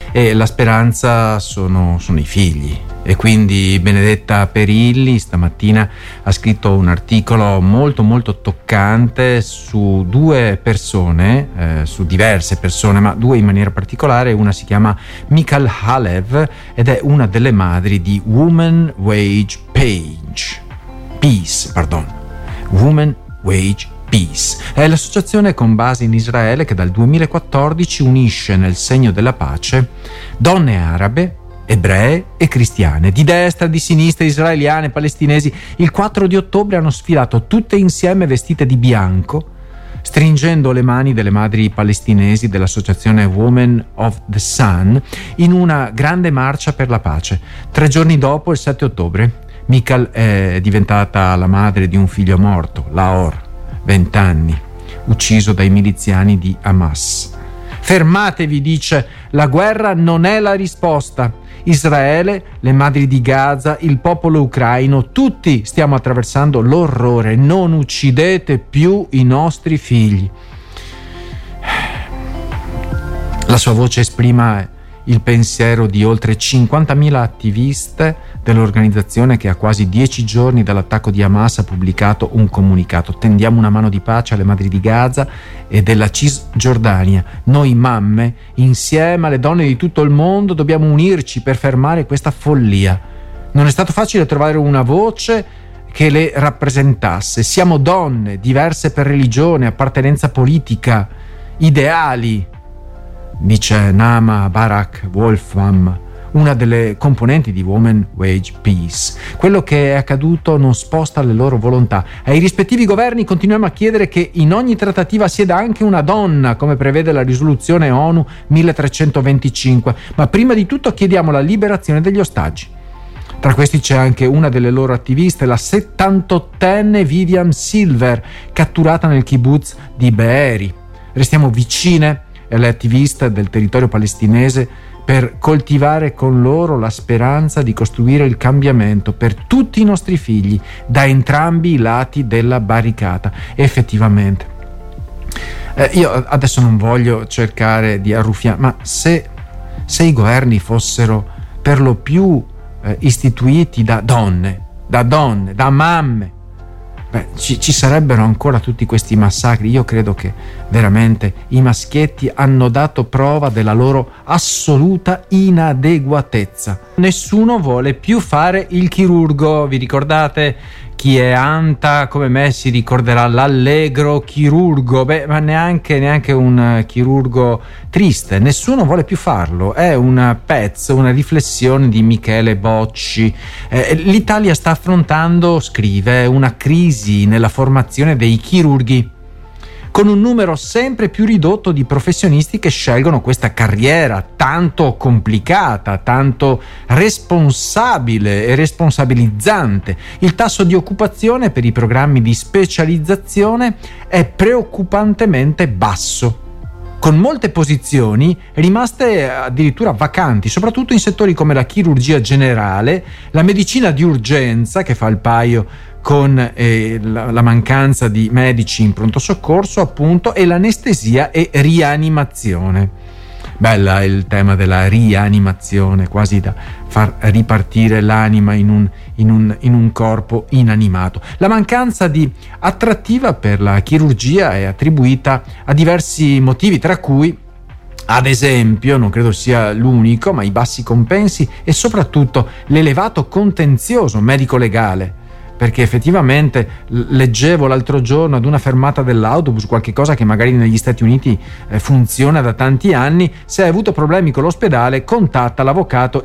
e la speranza sono i figli. E quindi Benedetta Perilli stamattina ha scritto un articolo molto molto toccante su due persone, su diverse persone, ma due in maniera particolare. Una si chiama Michal Halev ed è una delle madri di Women Wage Peace. Women Wage Peace. È l'associazione con base in Israele che dal 2014 unisce nel segno della pace donne arabe, ebree e cristiane, di destra, di sinistra, israeliane, palestinesi. Il 4 di ottobre hanno sfilato tutte insieme vestite di bianco, stringendo le mani delle madri palestinesi dell'associazione Women of the Sun in una grande marcia per la pace. 3 giorni dopo, il 7 ottobre, Michal è diventata la madre di un figlio morto, Laor, 20 anni, ucciso dai miliziani di Hamas. Fermatevi, dice, la guerra non è la risposta. Israele, le madri di Gaza, il popolo ucraino, tutti stiamo attraversando l'orrore. Non uccidete più i nostri figli. La sua voce esprime il pensiero di oltre 50.000 attiviste dell'organizzazione che a quasi 10 giorni dall'attacco di Hamas ha pubblicato un comunicato: tendiamo una mano di pace alle madri di Gaza e della Cisgiordania. Noi mamme, insieme alle donne di tutto il mondo, dobbiamo unirci per fermare questa follia. Non è stato facile trovare una voce che le rappresentasse. Siamo donne, diverse per religione, appartenenza politica, ideali, dice Naama Barak Wolfram, una delle componenti di Women Wage Peace. Quello che è accaduto non sposta le loro volontà. Ai rispettivi governi continuiamo a chiedere che in ogni trattativa sieda anche una donna, come prevede la risoluzione ONU 1325, ma prima di tutto chiediamo la liberazione degli ostaggi. Tra questi c'è anche una delle loro attiviste, la 78enne Vivian Silver, catturata nel kibbutz di Be'eri. Restiamo vicine alle attiviste del territorio palestinese per coltivare con loro la speranza di costruire il cambiamento per tutti i nostri figli da entrambi i lati della barricata. Effettivamente, io adesso non voglio cercare di arruffiare, ma se i governi fossero per lo più istituiti da donne, da mamme, ci sarebbero ancora tutti questi massacri. Io credo che veramente i maschietti hanno dato prova della loro assoluta inadeguatezza. Nessuno vuole più fare il chirurgo. Vi ricordate? Chi è anta come me si ricorderà l'allegro chirurgo. Ma neanche un chirurgo triste. Nessuno vuole più farlo. È un pezzo, una riflessione di Michele Bocci. L'Italia sta affrontando, scrive, una crisi nella formazione dei chirurghi, con un numero sempre più ridotto di professionisti che scelgono questa carriera tanto complicata, tanto responsabile e responsabilizzante. Il tasso di occupazione per i programmi di specializzazione è preoccupantemente basso, con molte posizioni rimaste addirittura vacanti, soprattutto in settori come la chirurgia generale, la medicina di urgenza, che fa il paio con la mancanza di medici in pronto soccorso, appunto, e l'anestesia e rianimazione. Bella il tema della rianimazione, quasi da far ripartire l'anima in un corpo inanimato. La mancanza di attrattiva per la chirurgia è attribuita a diversi motivi, tra cui, ad esempio, non credo sia l'unico, ma i bassi compensi e soprattutto l'elevato contenzioso medico-legale. Perché effettivamente leggevo l'altro giorno ad una fermata dell'autobus qualche cosa che magari negli Stati Uniti funziona da tanti anni: se hai avuto problemi con l'ospedale, contatta l'avvocato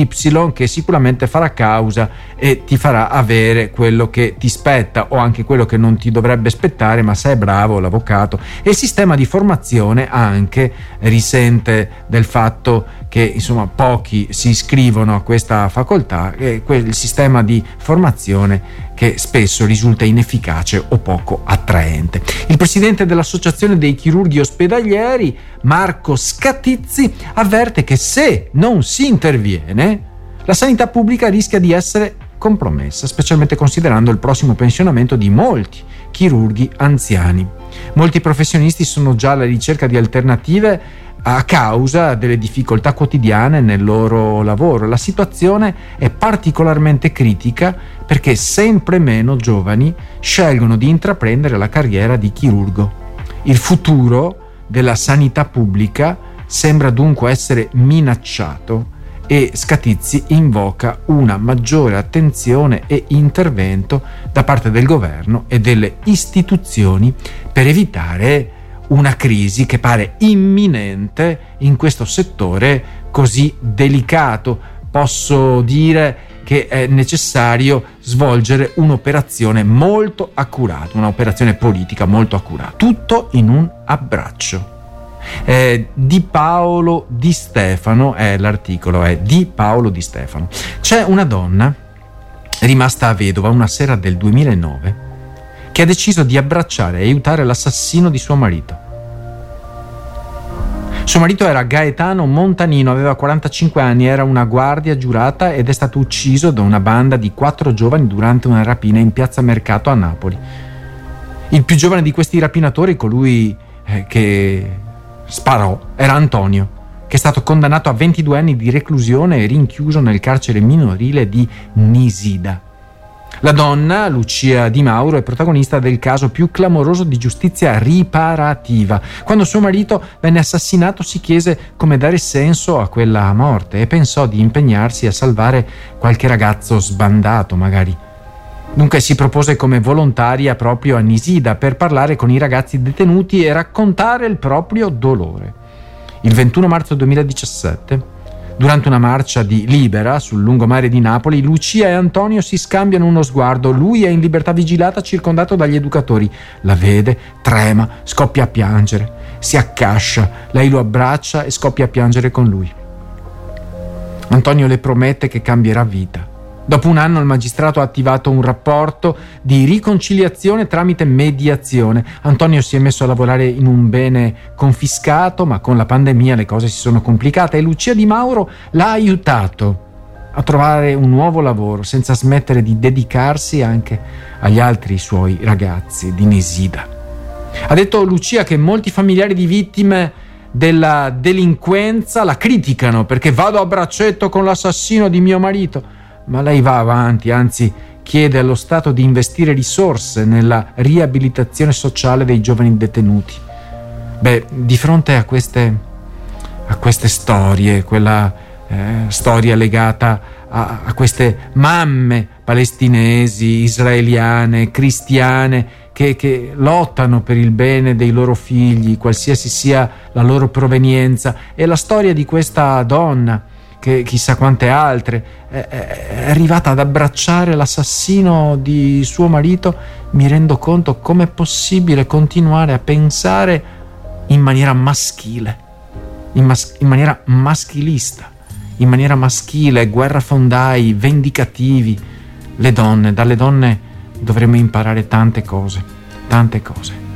XY che sicuramente farà causa e ti farà avere quello che ti spetta, o anche quello che non ti dovrebbe spettare, ma se è bravo l'avvocato. E il sistema di formazione anche risente del fatto che insomma pochi si iscrivono a questa facoltà, e il sistema di formazione che spesso risulta inefficace o poco attraente. Il presidente dell'Associazione dei chirurghi ospedalieri, Marco Scatizzi, avverte che se non si interviene, la sanità pubblica rischia di essere compromessa, specialmente considerando il prossimo pensionamento di molti chirurghi anziani. Molti professionisti sono già alla ricerca di alternative a causa delle difficoltà quotidiane nel loro lavoro. La situazione è particolarmente critica perché sempre meno giovani scelgono di intraprendere la carriera di chirurgo. Il futuro della sanità pubblica sembra dunque essere minacciato e Scatizzi invoca una maggiore attenzione e intervento da parte del governo e delle istituzioni per evitare una crisi che pare imminente in questo settore così delicato. Posso dire che è necessario svolgere un'operazione molto accurata, un'operazione politica molto accurata. Tutto in un abbraccio. Di Paolo Di Stefano l'articolo, è Di Paolo Di Stefano. C'è una donna rimasta vedova una sera del 2009 che ha deciso di abbracciare e aiutare l'assassino di suo marito. Suo marito era Gaetano Montanino, aveva 45 anni, era una guardia giurata ed è stato ucciso da una banda di 4 giovani durante una rapina in piazza Mercato a Napoli. Il più giovane di questi rapinatori, colui che sparò, era Antonio, che è stato condannato a 22 anni di reclusione e rinchiuso nel carcere minorile di Nisida. La donna, Lucia Di Mauro, è protagonista del caso più clamoroso di giustizia riparativa. Quando suo marito venne assassinato si chiese come dare senso a quella morte e pensò di impegnarsi a salvare qualche ragazzo sbandato, magari. Dunque si propose come volontaria proprio a Nisida per parlare con i ragazzi detenuti e raccontare il proprio dolore. Il 21 marzo 2017, durante una marcia di Libera sul lungomare di Napoli, Lucia e Antonio si scambiano uno sguardo. Lui è in libertà vigilata, circondato dagli educatori. La vede, trema, scoppia a piangere, si accascia. Lei lo abbraccia e scoppia a piangere con lui. Antonio le promette che cambierà vita. Dopo un anno il magistrato ha attivato un rapporto di riconciliazione tramite mediazione. Antonio si è messo a lavorare in un bene confiscato, ma con la pandemia le cose si sono complicate e Lucia Di Mauro l'ha aiutato a trovare un nuovo lavoro senza smettere di dedicarsi anche agli altri suoi ragazzi di Nisida. Ha detto Lucia che molti familiari di vittime della delinquenza la criticano perché vado a braccetto con l'assassino di mio marito. Ma lei va avanti, anzi chiede allo Stato di investire risorse nella riabilitazione sociale dei giovani detenuti. Di fronte a queste storie, quella storia legata a queste mamme palestinesi, israeliane, cristiane che lottano per il bene dei loro figli, qualsiasi sia la loro provenienza, e la storia di questa donna che chissà quante altre è arrivata ad abbracciare l'assassino di suo marito, mi rendo conto com'è possibile continuare a pensare in maniera maschile, in maniera maschilista, in maniera maschile, guerrafondai, vendicativi. Dalle donne dovremmo imparare tante cose, tante cose.